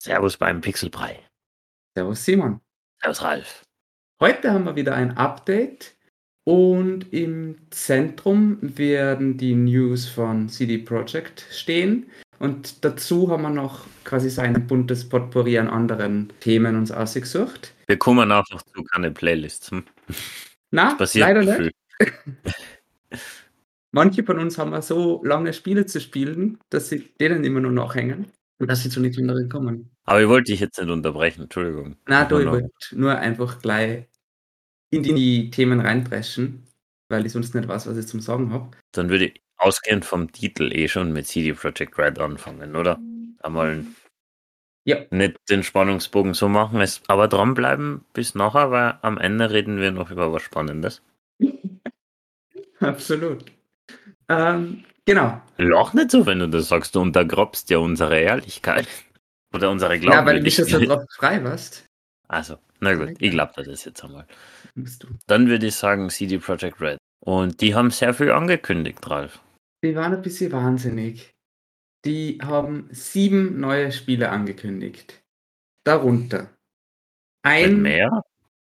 Servus beim Pixelbrei. Servus Simon. Servus Ralf. Heute haben wir wieder ein Update und im Zentrum werden die News von CD Projekt stehen und dazu haben wir noch quasi so ein buntes Potpourri an anderen Themen uns ausgesucht. Wir kommen einfach zu keine Playlists. Na, passiert leider viel. nicht. Manche von uns haben so lange Spiele zu spielen, dass sie denen immer nur nachhängen und dass sie zu nichts anderem kommen. Aber ich wollte dich jetzt nicht unterbrechen, Entschuldigung. Na, du, ich wollte nur einfach gleich in die Themen reindreschen, weil ich sonst nicht weiß, was ich zum Sagen habe. Dann würde ich ausgehend vom Titel schon mit CD Projekt Red anfangen, oder? Einmal nicht den Spannungsbogen so machen, aber dranbleiben bis nachher, weil am Ende reden wir noch über was Spannendes. Absolut. Genau. Lach nicht so, wenn du das sagst, du untergrabst ja unsere Ehrlichkeit. Oder unsere Glaubwürdigkeit. Ja, weil du bist ja so drauf frei warst. Also, na gut, ich glaube das jetzt einmal. Musst du. Dann würde ich sagen CD Projekt Red. Und die haben sehr viel angekündigt, Ralf. Die waren ein bisschen wahnsinnig. Die haben 7 neue Spiele angekündigt. Darunter ein... mehr?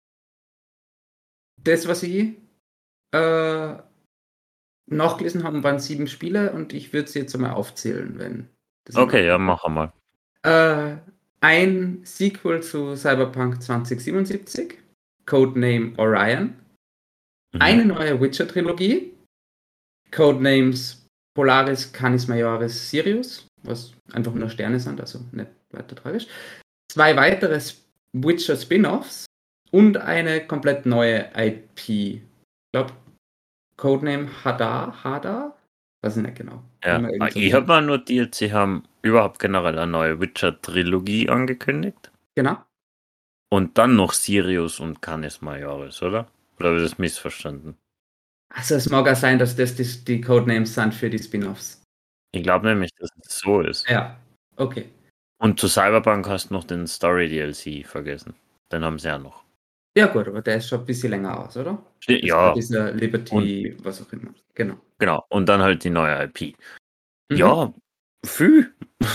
Das, was ich nachgelesen habe, waren 7 Spiele und ich würde sie jetzt einmal aufzählen, wenn... Okay, ja, mach einmal. Ein Sequel zu Cyberpunk 2077, Codename Orion. Eine neue Witcher-Trilogie, Codenames Polaris, Canis Majoris, Sirius, was einfach nur Sterne sind, also nicht weiter tragisch. 2 weitere Witcher-Spin-Offs und eine komplett neue IP. Ich glaube, Codename Hadar? Weiß ich nicht genau. Ja, ich habe mal notiert, sie haben überhaupt generell eine neue Witcher-Trilogie angekündigt. Genau. Und dann noch Sirius und Canis Majoris, oder? Oder habe ich das missverstanden? Also es mag auch sein, dass das die Codenames sind für die Spin-Offs. Ich glaube nämlich, dass es so ist. Ja, okay. Und zu Cyberpunk hast du noch den Story-DLC vergessen. Den haben sie ja noch. Ja gut, aber der ist schon ein bisschen länger aus, oder? Ja. Dieser Liberty, was auch immer. Genau. Genau, und dann halt die neue IP. Ja, viel.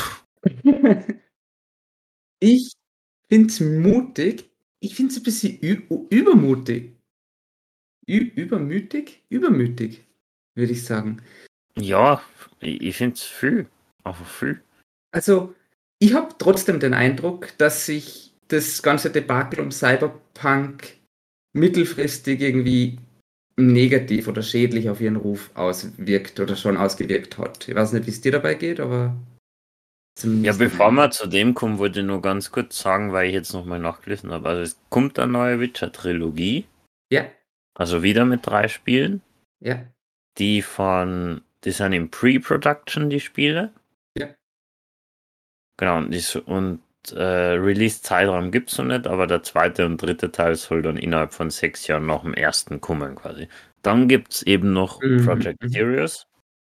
Ich finde es mutig. Ich finde es ein bisschen übermutig. Übermütig, würde ich sagen. Ja, ich finde es viel. Einfach viel. Also, ich habe trotzdem den Eindruck, dass sich das ganze Debakel um Cyberpunk mittelfristig irgendwie negativ oder schädlich auf ihren Ruf auswirkt oder schon ausgewirkt hat. Ich weiß nicht, wie es dir dabei geht, aber... Ja, bevor wir zu dem kommen, wollte ich nur ganz kurz sagen, weil ich jetzt nochmal nachgelesen habe. Also es kommt eine neue Witcher-Trilogie. Ja. Also wieder mit 3 Spielen. Ja. Die sind im Pre-Production, die Spiele. Ja. Genau, und Release-Zeitraum gibt es noch nicht, aber der 2. und 3. Teil soll dann innerhalb von 6 Jahren nach dem ersten kommen quasi. Dann gibt es eben noch Project Sirius.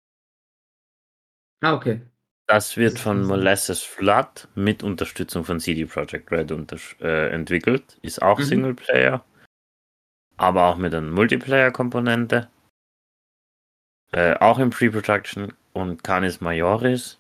Ah, okay. Das wird von Molasses Flood mit Unterstützung von CD Projekt Red entwickelt. Ist auch Singleplayer, aber auch mit einer Multiplayer-Komponente. Auch im Pre-Production. Und Canis Majoris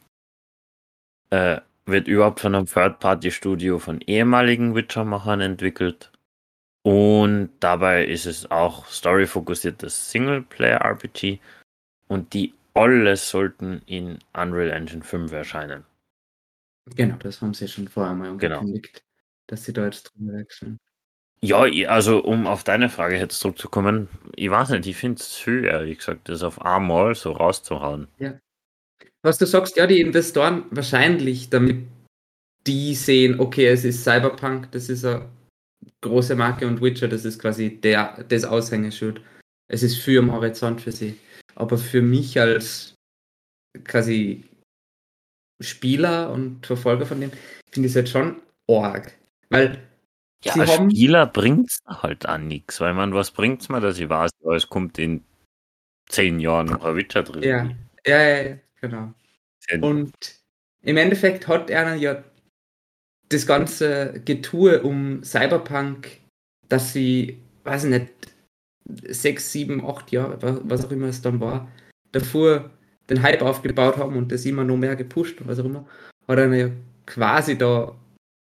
wird überhaupt von einem Third-Party-Studio von ehemaligen Witcher-Machern entwickelt. Und dabei ist es auch story-fokussiertes Singleplayer-RPG. Und die alle sollten in Unreal Engine 5 erscheinen. Genau, das haben sie schon vorher mal angekündigt, dass sie da jetzt drin wechseln. Ja, also um auf deine Frage jetzt zurückzukommen, ich weiß nicht, ich finde es viel, ehrlich gesagt, das auf einmal so rauszuhauen. Ja. Was du sagst, ja, die Investoren wahrscheinlich, damit die sehen, okay, es ist Cyberpunk, das ist eine große Marke und Witcher, das ist quasi das Aushängeschild. Es ist viel am Horizont für sie. Aber für mich als quasi Spieler und Verfolger von dem, finde ich es jetzt schon arg. Weil ja, als Spieler bringt es halt an nichts, weil was bringt es mir, dass ich weiß, es kommt in 10 Jahren noch ein Witcher drin. Ja, genau. Und im Endeffekt hat er ja das ganze Getue um Cyberpunk, dass sie, weiß ich nicht, 6, 7, 8 Jahre, was auch immer es dann war, davor den Hype aufgebaut haben und das immer noch mehr gepusht, was auch immer, hat er ja quasi da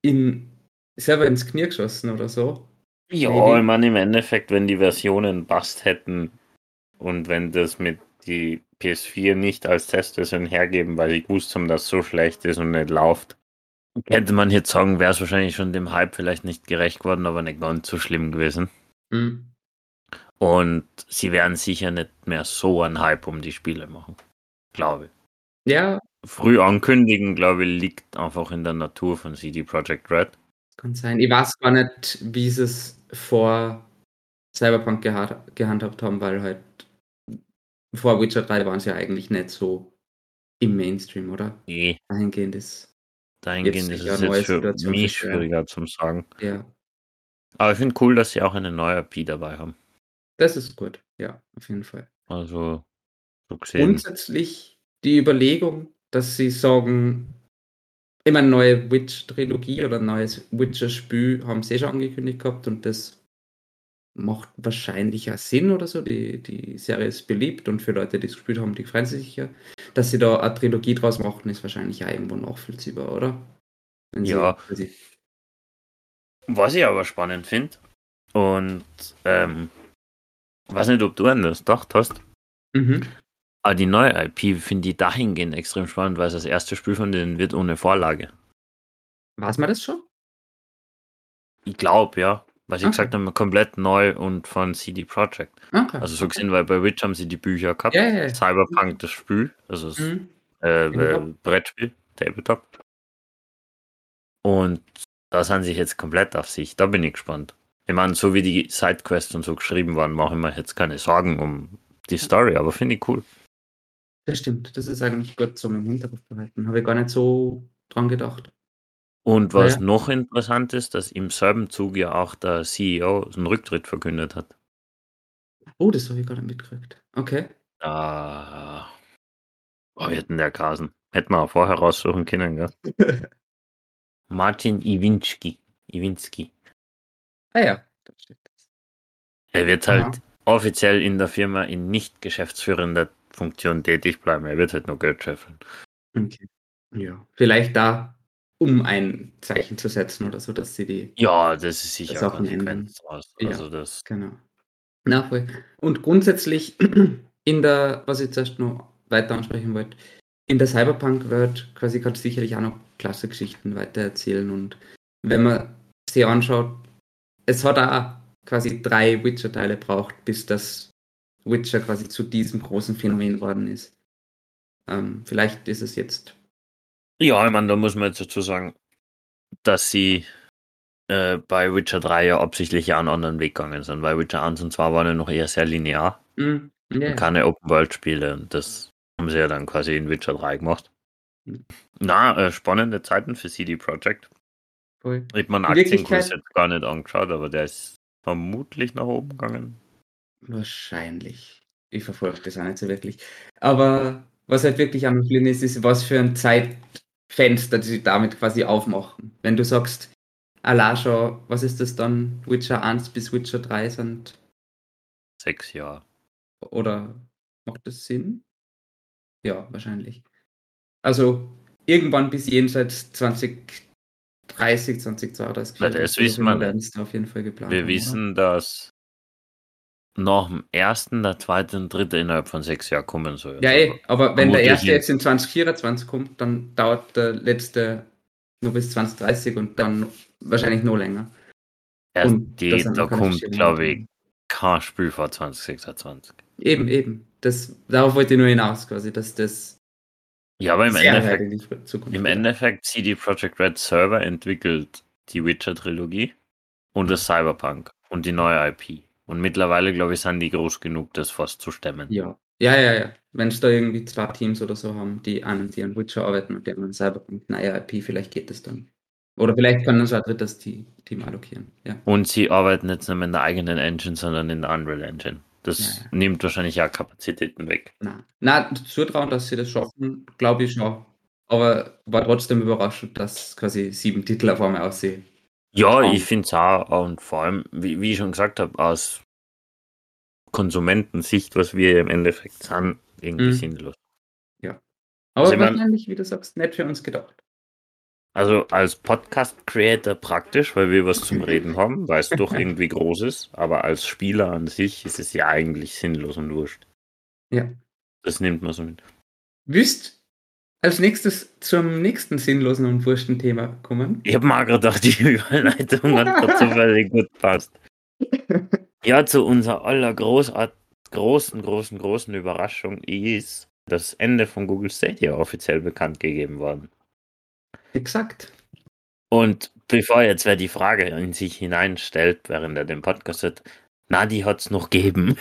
selber ins Knie geschossen oder so. Ja, Maybe. ich meine, im Endeffekt, wenn die Versionen passt hätten und wenn das mit die PS4 nicht als Testversion hergeben, weil sie gewusst haben, dass es so schlecht ist und nicht läuft, könnte man jetzt sagen, wäre es wahrscheinlich schon dem Hype vielleicht nicht gerecht worden, aber nicht ganz so schlimm gewesen. Mhm. Und sie werden sicher nicht mehr so einen Hype um die Spiele machen, glaube ich. Ja, Früh ankündigen, glaube ich, liegt einfach in der Natur von CD Projekt Red. kann sein. Ich weiß gar nicht, wie sie es vor Cyberpunk gehandhabt haben, weil halt vor Witcher 3 waren sie ja eigentlich nicht so im Mainstream, oder? Nee, Dahingehend ist jetzt dahingehend ist sicher es eine jetzt neue für Situation für mich Square. schwieriger zum sagen. Ja, Aber ich finde cool, dass sie auch eine neue IP dabei haben. das ist gut. Ja, auf jeden Fall. Also, so gesehen. Grundsätzlich die Überlegung, dass sie sagen, immer eine neue Witch-Trilogie oder ein neues Witcher-Spiel haben sie schon angekündigt gehabt und das macht wahrscheinlich auch Sinn oder so. Die Serie ist beliebt und für Leute, die es gespielt haben, die freuen sich sicher. Dass sie da eine Trilogie draus machen, ist wahrscheinlich auch irgendwo nachvollziehbar, oder? Wenn Ja, sie was ich aber spannend finde und weiß nicht, ob du an das gedacht hast, mhm. aber die neue IP finde ich dahingehend extrem spannend, weil es das erste Spiel von denen wird ohne Vorlage. Weiß man das schon? Ich glaube, ja. Was ich Okay. gesagt habe, komplett neu und von CD Projekt. Okay. Also so Okay. gesehen, weil bei Witch haben sie die Bücher Ja, gehabt. ja, ja. Cyberpunk das Spiel, also das Mhm. Tabletop. Brettspiel, Tabletop. Und da sind sie jetzt komplett auf sich. Da bin ich gespannt. Ich meine, so wie die Sidequests und so geschrieben waren, mache ich mir jetzt keine Sorgen um die Story, aber finde ich cool. Das stimmt. Das ist eigentlich gut zum im Hinterkopf behalten. Habe ich gar nicht so dran gedacht. Und Aber was ja. noch interessant ist, dass im selben Zug ja auch der CEO einen Rücktritt verkündet hat. Oh, das habe ich gar nicht mitgekriegt. Okay. Ah, wie hätten der Kasen? Hätten wir auch vorher raussuchen können, gell? Martin Iwinski. Ah ja. Da steht das. Er wird Aha. halt offiziell in der Firma in nicht geschäftsführender Funktion tätig bleiben. Er wird halt nur Geld scheffeln. Okay. Ja. Vielleicht da, um ein Zeichen zu setzen oder so, dass sie die Ja, das ist sicher Sachen ändern. Konsequenz draus. Ja, Also das. genau. Na, voll. Und grundsätzlich was ich zuerst noch weiter ansprechen wollte, in der Cyberpunk-Welt quasi kannst du sicherlich auch noch klasse Geschichten weitererzählen. Und wenn man sich anschaut, es hat auch quasi 3 Witcher-Teile braucht, bis das Witcher quasi zu diesem großen Phänomen geworden ist. Vielleicht ist es jetzt. Ja, ich meine, da muss man jetzt dazu sagen, dass sie bei Witcher 3 ja absichtlich ja einen anderen Weg gegangen sind, weil Witcher 1 und 2 waren ja noch eher sehr linear Ja, und keine Open-World-Spiele und das haben sie ja dann quasi in Witcher 3 gemacht. Mhm. Na, spannende Zeiten für CD Projekt. voll. Ich habe mir einen In Aktienkurs Wirklichkeit jetzt gar nicht angeschaut, aber der ist vermutlich nach oben gegangen. wahrscheinlich. Ich verfolge das auch nicht so wirklich. Aber was halt wirklich am schlimm ist, was für ein Zeitfenster die sie damit quasi aufmachen. Wenn du sagst, allein schon, was ist das dann? Witcher 1 bis Witcher 3 sind, 6 Jahre. oder macht das Sinn? Ja, wahrscheinlich. Also irgendwann bis jenseits 2030, 2032, Weil das 34 oder so wissen wir immer werden nicht. es da auf jeden Fall geplant Wir haben, oder? wissen, dass nach dem ersten, der zweite und dritte innerhalb von 6 Jahren kommen soll. Ja, Also aber wenn der vermutlich erste jetzt in 2024 kommt, dann dauert der letzte nur bis 2030 und dann wahrscheinlich noch länger. erst Und da sind da noch keine kommt, Verschiebungen glaube ich, drin. kein Spiel vor 2026. Eben. Darauf wollte ich nur hinaus, quasi, dass das Ja, aber sehr weit in die Zukunft im geht. Endeffekt CD Projekt Red Server entwickelt die Witcher-Trilogie und das Cyberpunk und die neue IP. Und mittlerweile, glaube ich, sind die groß genug, das fast zu stemmen. Ja. Wenn es da irgendwie 2 Teams oder so haben, die an Witcher arbeiten und die anderen Cyberpunk, naja, IP, vielleicht geht das dann. Oder vielleicht kann uns ein drittes Team allokieren. Ja. Und sie arbeiten jetzt nicht mehr in der eigenen Engine, sondern in der Unreal Engine. Das Ja. nimmt wahrscheinlich auch Kapazitäten weg. Na, zutrauen, dass sie das schaffen, glaube ich schon. Aber war trotzdem überraschend, dass quasi 7 Titel auf einmal aussehen. Ja, ich finde es auch, und vor allem, wie ich schon gesagt habe, aus Konsumentensicht, was wir im Endeffekt sind, irgendwie sinnlos. Ja. Also Aber ich mein, wahrscheinlich, wie du sagst, nicht für uns gedacht. Also als Podcast-Creator praktisch, weil wir was zum Reden haben, weil es doch irgendwie groß ist, aber als Spieler an sich ist es ja eigentlich sinnlos und wurscht. Ja. Das nimmt man so mit. Wüsst als nächstes zum nächsten sinnlosen und wursten Thema kommen? Ich habe mal gedacht, die Überleitung hat gerade zufällig gut passt. Ja, zu unserer großen Überraschung ist das Ende von Google Stadia offiziell bekannt gegeben worden. Exakt. Und bevor jetzt wer die Frage in sich hineinstellt, während er den Podcast hört, na, die hat's noch gegeben.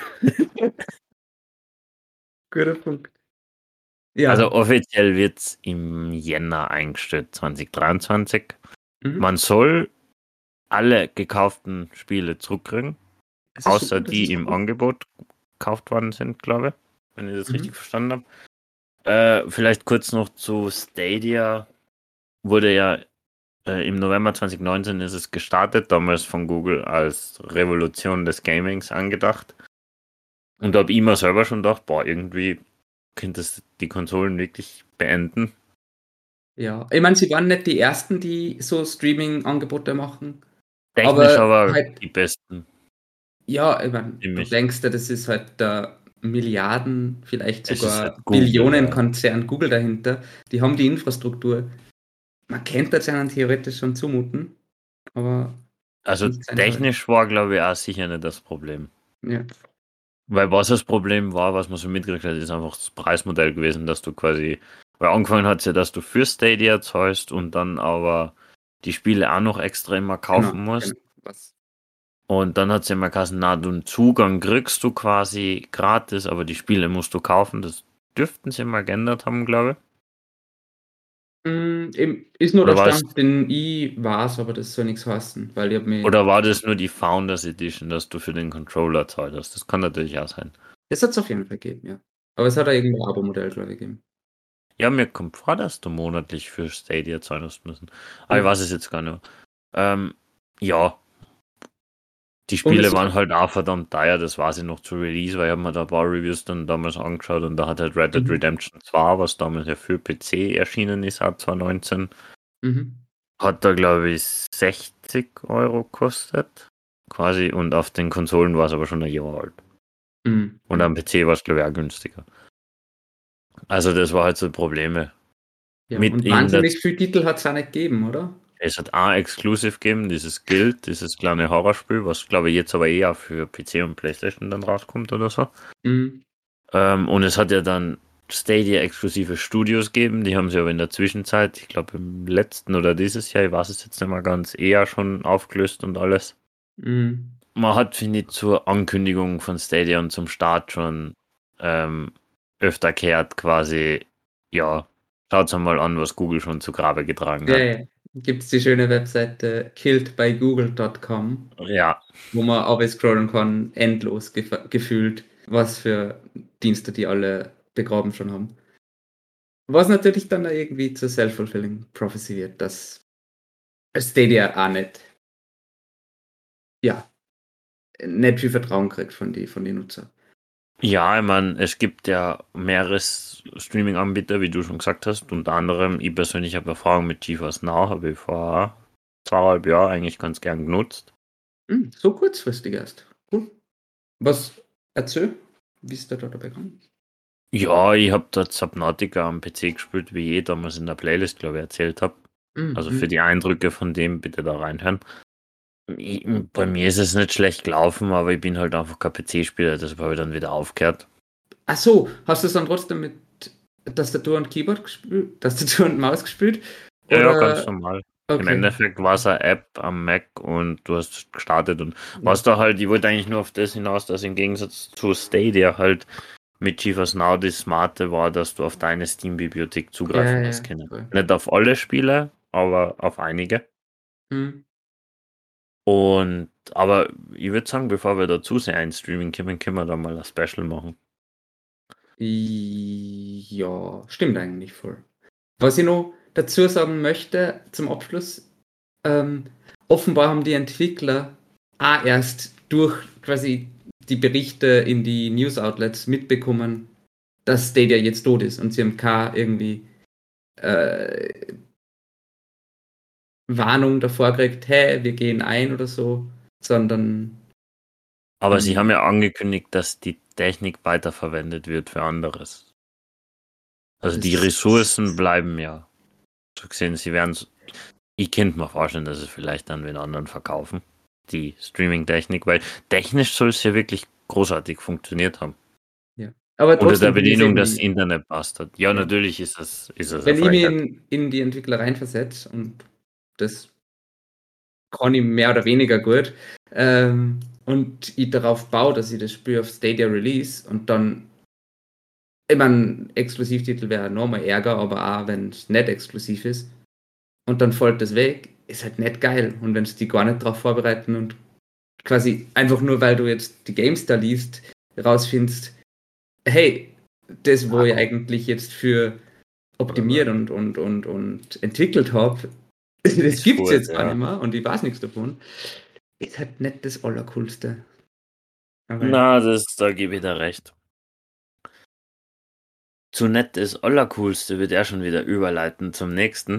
Guter Punkt. Ja. Also offiziell wird's im Jänner eingestellt, 2023. Mhm. Man soll alle gekauften Spiele zurückkriegen, Das ist außer super, das die ist im super. Angebot gekauft worden sind, glaube ich, wenn ich das Mhm. richtig verstanden habe. Vielleicht kurz noch zu Stadia. Wurde ja im November 2019 ist es gestartet, damals von Google als Revolution des Gamings angedacht. Und da habe ich mir selber schon gedacht, boah, irgendwie könnte es die Konsolen wirklich beenden. Ja, ich meine, sie waren nicht die ersten, die so Streaming-Angebote machen. Technisch Aber aber halt, die besten, ja, ich meine, du ziemlich. denkst ja, das ist halt der Milliarden, vielleicht Es ist sogar halt Google, ja. Billionenkonzern Google dahinter. Die haben die Infrastruktur. Man könnte es ihnen theoretisch schon zumuten, aber Also nicht sein Fall. technisch war, glaube ich, auch sicher nicht das Problem. Ja. Weil was das Problem war, was man so mitgekriegt hat, ist einfach das Preismodell gewesen, dass du quasi, weil angefangen hat es ja, dass du für Stadia zahlst und dann aber die Spiele auch noch extra immer kaufen musst. Genau. Was? Und dann hat es ja immer geheißen, na, den Zugang kriegst du quasi gratis, aber die Spiele musst du kaufen. Das dürften sie mal geändert haben, glaube ich. Ist nur Oder der war es, Stand, den ich weiß, aber das soll nichts heißen, weil ich habe mich. oder war das nur die Founders Edition, dass du für den Controller zahlt hast? Das kann natürlich auch sein. Das hat es auf jeden Fall gegeben, ja. Aber es hat auch irgendein Abo-Modell, glaube ich, gegeben. Ja, mir kommt vor, dass du monatlich für Stadia zahlen hast müssen. Aber ich Ja. weiß es jetzt gar nicht mehr. Ja, die Und Spiele es waren halt auch verdammt teuer, das weiß ich noch zu Release, weil ich habe mir da ein paar Reviews dann damals angeschaut und da hat halt Red Dead mhm. Redemption 2, was damals ja für PC erschienen ist, ab 2019, Mhm. hat da glaube ich 60 € gekostet, quasi, und auf den Konsolen war es aber schon ein Jahr alt. Mhm. Und am PC war es glaube ich auch günstiger. Also das war halt so Probleme. Ja, Mit und in der wahnsinnig viele Titel hat es auch nicht gegeben, oder? Es hat ein Exclusive gegeben, dieses Guild, dieses kleine Horrorspiel, was glaube ich jetzt aber eher für PC und PlayStation dann rauskommt oder so. Mhm. Und es hat ja dann Stadia-exklusive Studios gegeben, die haben sie aber in der Zwischenzeit, ich glaube im letzten oder dieses Jahr, ich weiß es jetzt nicht mal ganz, eher schon aufgelöst und alles. Mhm. Man hat, finde ich, zur Ankündigung von Stadia und zum Start schon öfter gehört quasi, ja, schaut mal an, was Google schon zu Grabe getragen Ja, hat. ja. Gibt es die schöne Webseite killedbygoogle.com, Ja, wo man aber scrollen kann, endlos gefühlt, was für Dienste die alle begraben schon haben. Was natürlich dann da irgendwie zur Self-Fulfilling Prophecy wird, dass Stadia auch nicht, ja, nicht viel Vertrauen kriegt von den Nutzern. Ja, ich meine, es gibt ja mehrere Streaming-Anbieter, wie du schon gesagt hast. Unter anderem, ich persönlich habe Erfahrung mit GeForce Now, habe ich vor 2,5 Jahren eigentlich ganz gern genutzt. So kurzfristig erst. Cool. Was erzähl? Wie ist der da dabei gekommen? Ja, ich habe dort Subnautica am PC gespielt, wie ich damals in der Playlist, glaube ich, erzählt habe. Also für die Eindrücke von dem bitte da reinhören. Bei mir ist es nicht schlecht gelaufen, aber ich bin halt einfach kein PC-Spieler, deshalb habe ich dann wieder aufgehört. Ach so, hast du es dann trotzdem mit Tastatur und Keyboard gespielt? Tastatur und Maus gespielt? Ja, ja, ganz Oder? normal. Im Okay. Endeffekt war es eine App am Mac und du hast gestartet und Ja. was da halt, ich wollte eigentlich nur auf das hinaus, dass im Gegensatz zu Stadia halt mit GeForce Now das Smarte war, dass du auf deine Steam-Bibliothek zugreifen Ja, hast ja, können. voll. Nicht auf alle Spiele, aber auf einige. Hm. Und, aber ich würde sagen, bevor wir dazu sehr ins Streaming kommen, können wir da mal ein Special machen. Ja, stimmt eigentlich voll. Was ich noch dazu sagen möchte zum Abschluss, offenbar haben die Entwickler auch erst durch quasi die Berichte in die News-Outlets mitbekommen, dass Stadia jetzt tot ist und sie haben keine irgendwie Warnung davor kriegt, hey, wir gehen ein oder so, sondern Aber sie haben ja angekündigt, dass die Technik weiterverwendet wird für anderes. Also die das, Ressourcen bleiben ja. So gesehen, sie werden ich könnte mir vorstellen, dass sie vielleicht dann den anderen verkaufen. Die Streaming-Technik, weil technisch soll es ja wirklich großartig funktioniert haben. ja. Aber Unter der trotzdem, Bedienung, dass das Internet passt hat. Ja, ja. natürlich ist es eine Wenn ich mich Frechheit. in die Entwickler reinversetze, und das kann ich mehr oder weniger gut, und ich darauf baue, dass ich das Spiel auf Stadia release und dann, ich meine, Exklusivtitel wäre nochmal Ärger, aber auch wenn es nicht exklusiv ist und dann fällt das weg, ist halt nicht geil. Und wenn es die gar nicht darauf vorbereiten und quasi einfach nur, weil du jetzt die GameStar liest, rausfindest, hey, das, wo ich eigentlich jetzt für optimiert und entwickelt habe, das gibt es jetzt gar nicht mehr und ich weiß nichts davon, ist halt nicht das Allercoolste. Aber Na, da gebe ich dir recht. Zu nett das Allercoolste wird er schon wieder überleiten zum nächsten.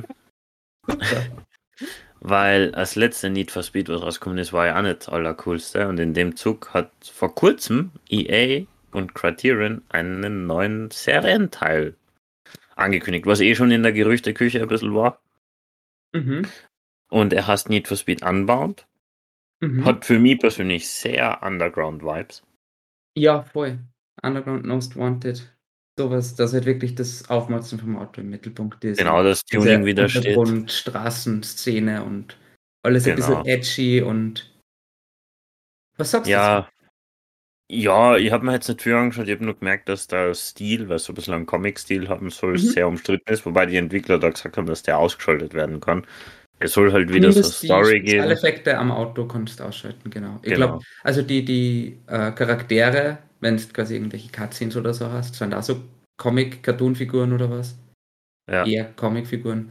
Weil als letzte Need for Speed, was rausgekommen ist, war ja auch nicht das Allercoolste. Und in dem Zug hat vor kurzem EA und Criterion einen neuen Serienteil angekündigt, was schon in der Gerüchteküche ein bisschen war. Mhm. Und er heißt Need for Speed Unbound. Hat für mich persönlich sehr Underground-Vibes. Ja, voll. Underground Most Wanted. Sowas, dass halt wirklich das Aufmotzen vom Auto im Mittelpunkt ist. Genau, das diese Tuning wieder steht. Untergrund, Straßenszene und alles ein bisschen edgy und was sagst du dazu? Ja, ich habe mir jetzt nicht viel angeschaut, ich habe nur gemerkt, dass der Stil, weil so ein bisschen einen Comic-Stil haben soll, sehr umstritten ist, wobei die Entwickler da gesagt haben, dass der ausgeschaltet werden kann. Es soll halt wieder so Zumindest die Story geben. Spezialeffekte am Auto kannst du ausschalten, genau. Ich glaube, also die Charaktere, wenn du quasi irgendwelche Cutscenes oder so hast, sind auch so Comic-Cartoon-Figuren oder was? Ja. Eher Comic-Figuren.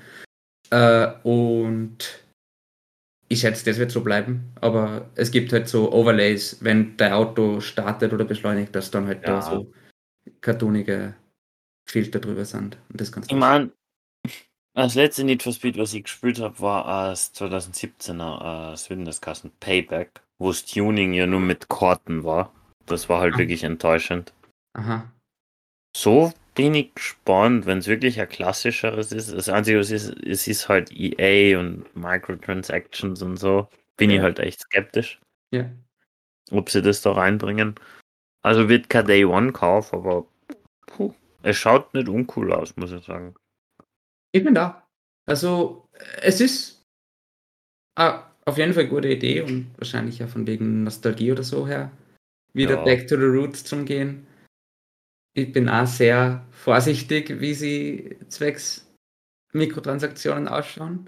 Und ich schätze, das wird so bleiben, aber es gibt halt so Overlays, wenn dein Auto startet oder beschleunigt, dass dann halt da so cartoonige Filter drüber sind. Und das kannst du. Ich meine, das letzte Need for Speed, was ich gespielt habe, war das 2017er Swindlerskassen Payback, wo das Tuning ja nur mit Korten war. Das war halt wirklich enttäuschend. Aha. So bin ich gespannt, wenn es wirklich ein klassischeres ist. Das Einzige, was es ist halt EA und Microtransactions und so. Bin ich halt echt skeptisch, Ja. ob sie das da reinbringen. Also wird kein Day One Kauf, aber es schaut nicht uncool aus, muss ich sagen. Ich bin da. Also, es ist auf jeden Fall eine gute Idee und wahrscheinlich ja von wegen Nostalgie oder so her. Wieder back to the roots zum Gehen. Ich bin auch sehr vorsichtig, wie sie zwecks Mikrotransaktionen ausschauen.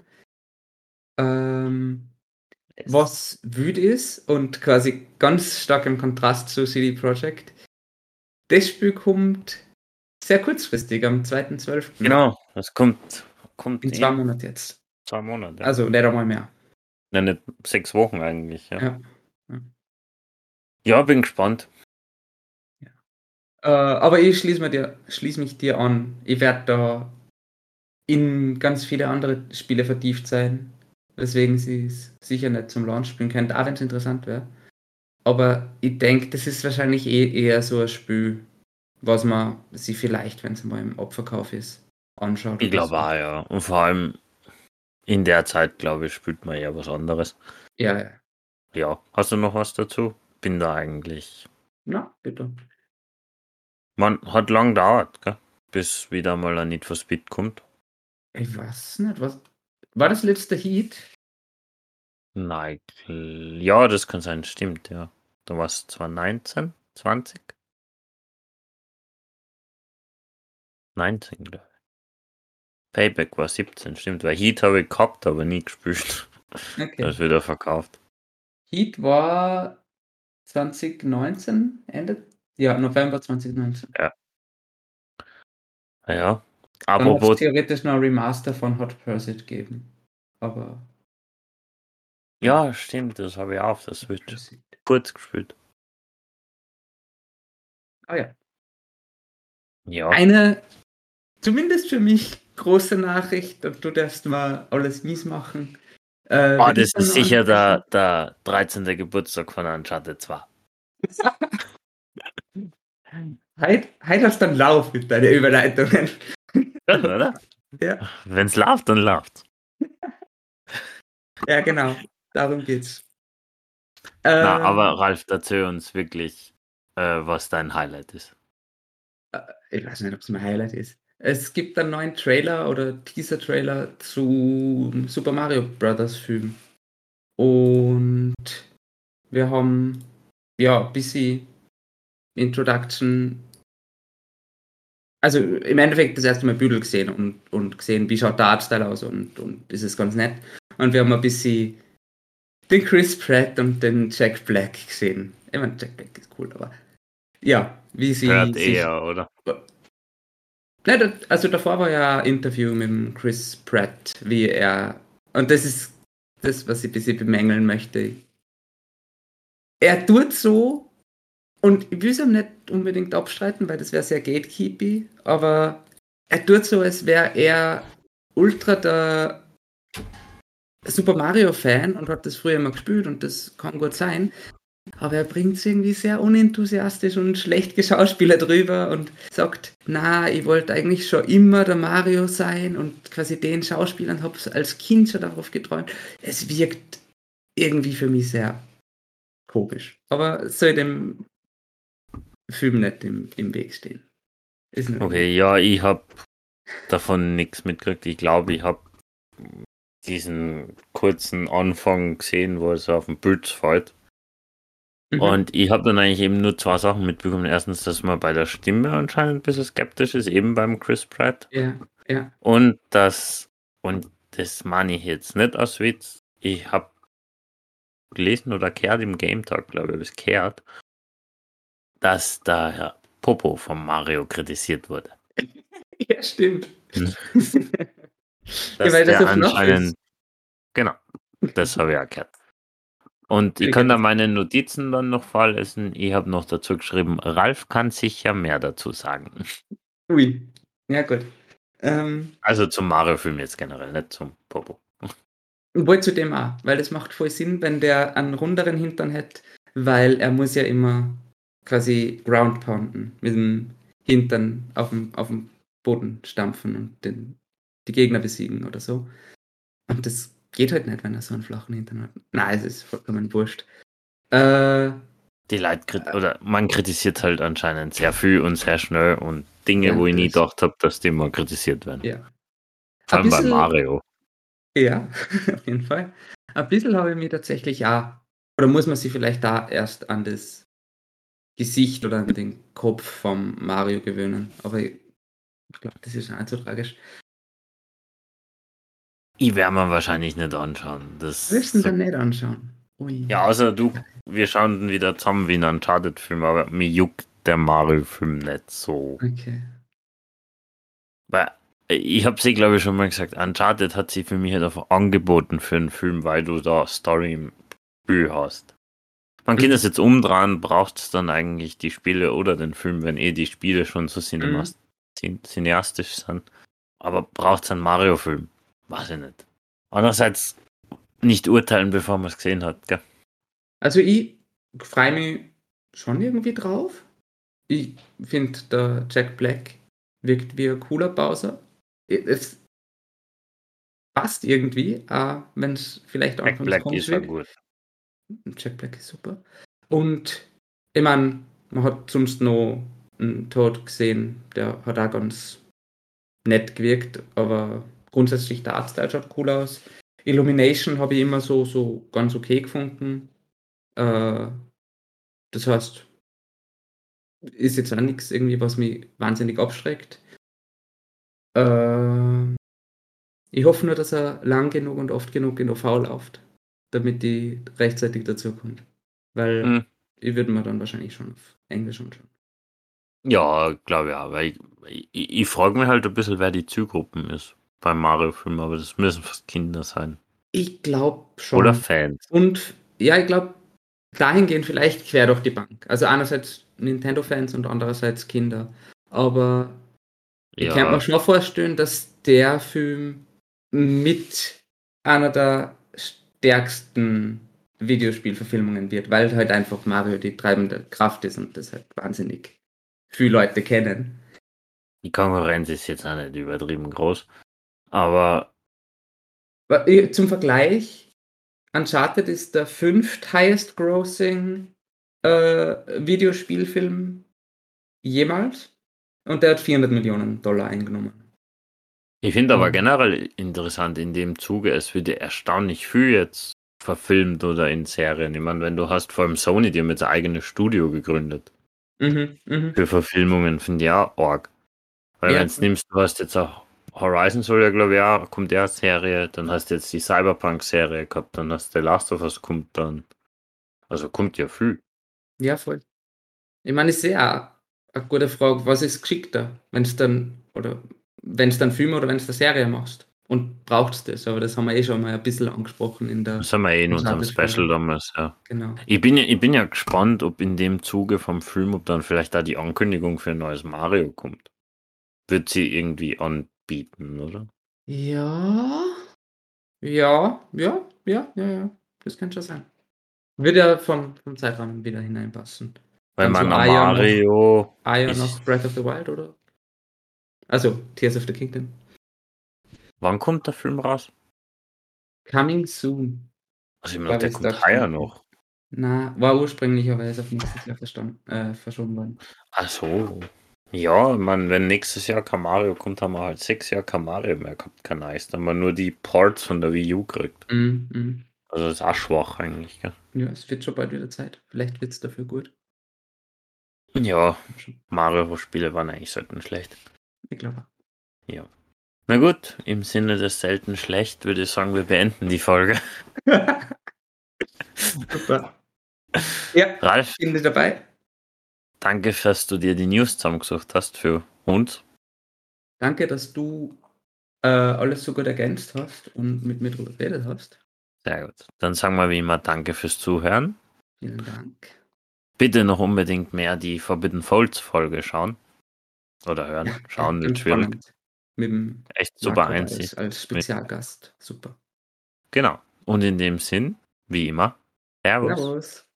Was wütend ist und quasi ganz stark im Kontrast zu CD Projekt. Das Spiel kommt sehr kurzfristig, am 2.12. Genau, das kommt in 2 Monaten jetzt. 2 Monate. Also nicht einmal mehr. Nein, nicht 6 Wochen eigentlich, ja. Ja. Ja, bin gespannt. Ja. Aber ich schließe mich dir an. Ich werde da in ganz viele andere Spiele vertieft sein, weswegen sie es sicher nicht zum Launch spielen können, auch wenn es interessant wäre. Aber ich denke, das ist wahrscheinlich eher so ein Spiel, was man sich vielleicht, wenn es mal im Abverkauf ist, anschaut. Ich glaube auch, ja. Und vor allem in der Zeit, glaube ich, spielt man ja was anderes. Ja. Ja, hast du noch was dazu? Bin da eigentlich. Na, bitte. Man hat lang gedauert, gell? Bis wieder mal ein Need for Speed kommt. Ich weiß nicht, was. War das letzte Heat? Nein, ja, das kann sein, stimmt, ja. Da war es zwar 19, 20? 19, glaube ich. Payback war 17, stimmt, weil Heat habe ich gehabt, aber nie gespielt. Okay. Das ist wieder verkauft. Heat war 2019, Ende? Ja, November 2019. Ja. Ja. Dann muss es Apropos. theoretisch noch ein Remaster von Hot Pursuit geben. Aber. Ja, stimmt, das habe ich auch auf der Switch. Kurz gespielt. Ah ja. Ja. Eine, zumindest für mich, große Nachricht, und du darfst mal alles mies machen. Das ist sicher der 13. Geburtstag von Uncharted 2. Heute hast du einen Lauf mit deinen Überleitungen. Schon, oder? Ja. Wenn's läuft, dann läuft's. Ja, genau. Darum geht's. Na, aber Ralf, erzähl uns wirklich, was dein Highlight ist. Ich weiß nicht, ob es mein Highlight ist. Es gibt einen neuen Trailer oder Teaser-Trailer zu Super Mario Bros. Film. Und wir haben ja ein bisschen Introduction. Also im Endeffekt das erste Mal Büdel gesehen und gesehen, wie schaut der Artstyle aus und das ist ganz nett. Und wir haben ein bisschen den Chris Pratt und den Jack Black gesehen. Ich meine, Jack Black ist cool, aber ja, wie sie Hört sich. eher, oder? Nein, also davor war ja ein Interview mit dem Chris Pratt, wie er. Und das ist das, was ich ein bisschen bemängeln möchte. Er tut so, und ich will es ihm nicht unbedingt abstreiten, weil das wäre sehr gatekeepy, aber er tut so, als wäre er ultra der Super Mario-Fan und hat das früher mal gespielt und das kann gut sein. Aber er bringt es irgendwie sehr unenthusiastisch und schlecht geschauspielert drüber und sagt, na, ich wollte eigentlich schon immer der Mario sein und quasi den Schauspielern habe ich als Kind schon darauf geträumt. Es wirkt irgendwie für mich sehr komisch. Aber es soll dem Film nicht im Weg stehen. Ist nur Okay, ja, ich habe davon nichts mitgekriegt. Ich glaube, ich habe diesen kurzen Anfang gesehen, wo er so auf dem Bild fällt. Und ich habe dann eigentlich eben nur zwei Sachen mitbekommen. Erstens, dass man bei der Stimme anscheinend ein bisschen skeptisch ist, eben beim Chris Pratt. Ja. Und das meine ich jetzt nicht aus Witz. Ich habe gelesen oder gehört im Game Talk, glaube ich, gehört, dass der Herr Popo von Mario kritisiert wurde. Ja, stimmt. Dass weil das der so flach anscheinend, ist. genau, das habe ich auch gehört. Und ich Ich kann kenn da das. meine Notizen dann noch vorlesen. Ich habe noch dazu geschrieben, Ralf kann sicher mehr dazu sagen. Ui. Ja, gut. Also zum Mario-Film jetzt generell, nicht zum Popo. Wohl zu dem auch, weil das macht voll Sinn, wenn der einen runderen Hintern hat, weil er muss ja immer quasi Ground pounden, mit dem Hintern auf dem Boden stampfen und die Gegner besiegen oder so. Und das geht halt nicht, wenn er so einen flachen Hintern hat. Nein, es ist vollkommen wurscht. Die Leute oder man kritisiert halt anscheinend sehr viel und sehr schnell und Dinge, Ja, wo ich nie das- gedacht habe, dass die mal kritisiert werden. Ja. Vor Ein allem bei bisschen, Mario. ja, auf jeden Fall. Ein bisschen habe ich mir tatsächlich auch, oder muss man sich vielleicht da erst an das Gesicht oder an den Kopf vom Mario gewöhnen. Aber ich glaube, das ist nicht so tragisch. Ich werde mir wahrscheinlich nicht anschauen. Das Willst du ihn dann nicht anschauen? Ui. ja, außer du, wir schauen dann wieder zusammen wie ein Uncharted-Film, aber mir juckt der Mario-Film nicht so. Okay. Weil ich habe sie, glaube ich, schon mal gesagt, Uncharted hat sie für mich halt einfach angeboten für einen Film, weil du da Story im Spiel hast. Man kann das jetzt umdrehen, braucht es dann eigentlich die Spiele oder den Film, wenn die Spiele schon so cineastisch sind. Aber braucht es einen Mario-Film? Weiß ich nicht. Andererseits nicht urteilen, bevor man es gesehen hat, gell? Also ich freue mich schon irgendwie drauf. Ich finde, der Jack Black wirkt wie ein cooler Bowser. Es passt irgendwie, wenn es vielleicht Jack anfangs Black komisch ist ja wird. gut. Jack Black ist super. Und ich meine, man hat sonst noch einen Tod gesehen, der hat auch ganz nett gewirkt, aber grundsätzlich der Artstyle schaut cool aus. Illumination habe ich immer so ganz okay gefunden. Das heißt, ist jetzt auch nichts irgendwie, was mich wahnsinnig abschreckt. Ich hoffe nur, dass er lang genug und oft genug in OV läuft, damit die rechtzeitig dazu kommt. Weil ich würde mir dann wahrscheinlich schon auf Englisch anschauen. Ja, glaube ich auch, weil ich frage mich halt ein bisschen, wer die Zielgruppen ist beim Mario-Film, aber das müssen fast Kinder sein. Ich glaube schon. Oder Fans. Und ja, ich glaube, dahingehend vielleicht quer durch die Bank. Also einerseits Nintendo-Fans und andererseits Kinder. Aber ich kann mir schon vorstellen, dass der Film mit einer der stärksten Videospielverfilmungen wird, weil halt einfach Mario die treibende Kraft ist und das halt wahnsinnig viele Leute kennen. Die Konkurrenz ist jetzt auch nicht übertrieben groß, aber Zum Vergleich, Uncharted ist der 5. highest grossing Videospielfilm jemals und der hat $400 Millionen eingenommen. ich finde aber generell interessant in dem Zuge, es wird ja erstaunlich viel jetzt verfilmt oder in Serien. Ich meine, wenn du hast, vor allem Sony, die haben jetzt ein eigenes Studio gegründet für Verfilmungen, finde ich auch arg. Weil Ja. wenn du nimmst, du hast jetzt auch Horizon soll ja, glaube ich, auch, kommt ja Serie, dann hast du jetzt die Cyberpunk-Serie gehabt, dann hast du The Last of Us kommt dann. Also kommt ja viel. Ja, voll. Ich meine, ich sehe auch eine gute Frage, was ist geschickter, wenn es dann Film oder wenn es eine Serie machst? Und brauchst du das? Aber das haben wir eh schon mal ein bisschen angesprochen in der Das haben wir eh in unserem Uncharted-Folge. Special damals, ja. Genau. Ich bin ja gespannt, ob in dem Zuge vom Film, ob dann vielleicht da die Ankündigung für ein neues Mario kommt. Wird sie irgendwie anbieten, oder? Ja. Ja. Das kann schon sein. Würde ja vom Zeitrahmen wieder hineinpassen. Weil Dann so man Mario ist, noch Breath of the Wild, oder? Also, Tears of the Kingdom. wann kommt der Film raus? Coming soon. Also ich meine, Glaube der ich, ist kommt Datum. heuer noch. Na, war ursprünglicherweise auf nächstes Jahr verschoben worden. Ach so. Ja, man, wenn nächstes Jahr kein Mario kommt, haben wir halt 6 Jahre kein Mario mehr gehabt, kein Nice. Dann haben wir nur die Ports von der Wii U gekriegt. Also das ist auch schwach eigentlich, gell? Ja, es wird schon bald wieder Zeit. Vielleicht wird es dafür gut. Ja, Mario-Spiele waren eigentlich selten schlecht. Ich glaube. Ja. Na gut, im Sinne des selten schlecht würde ich sagen, wir beenden die Folge. Super. Ja, Ralf, bin ich dabei. danke, dass du dir die News zusammengesucht hast für uns. Danke, dass du alles so gut ergänzt hast und mit mir drüber geredet hast. Sehr gut. Dann sagen wir wie immer danke fürs Zuhören. Vielen Dank. Bitte noch unbedingt mehr die Forbidden Folds Folge schauen. Oder hören. Schauen wird schwierig. Spannend. Mit dem Echt super Jakob einzig. als Spezialgast. Super. Genau. Und in dem Sinn, wie immer, Servus. Servus.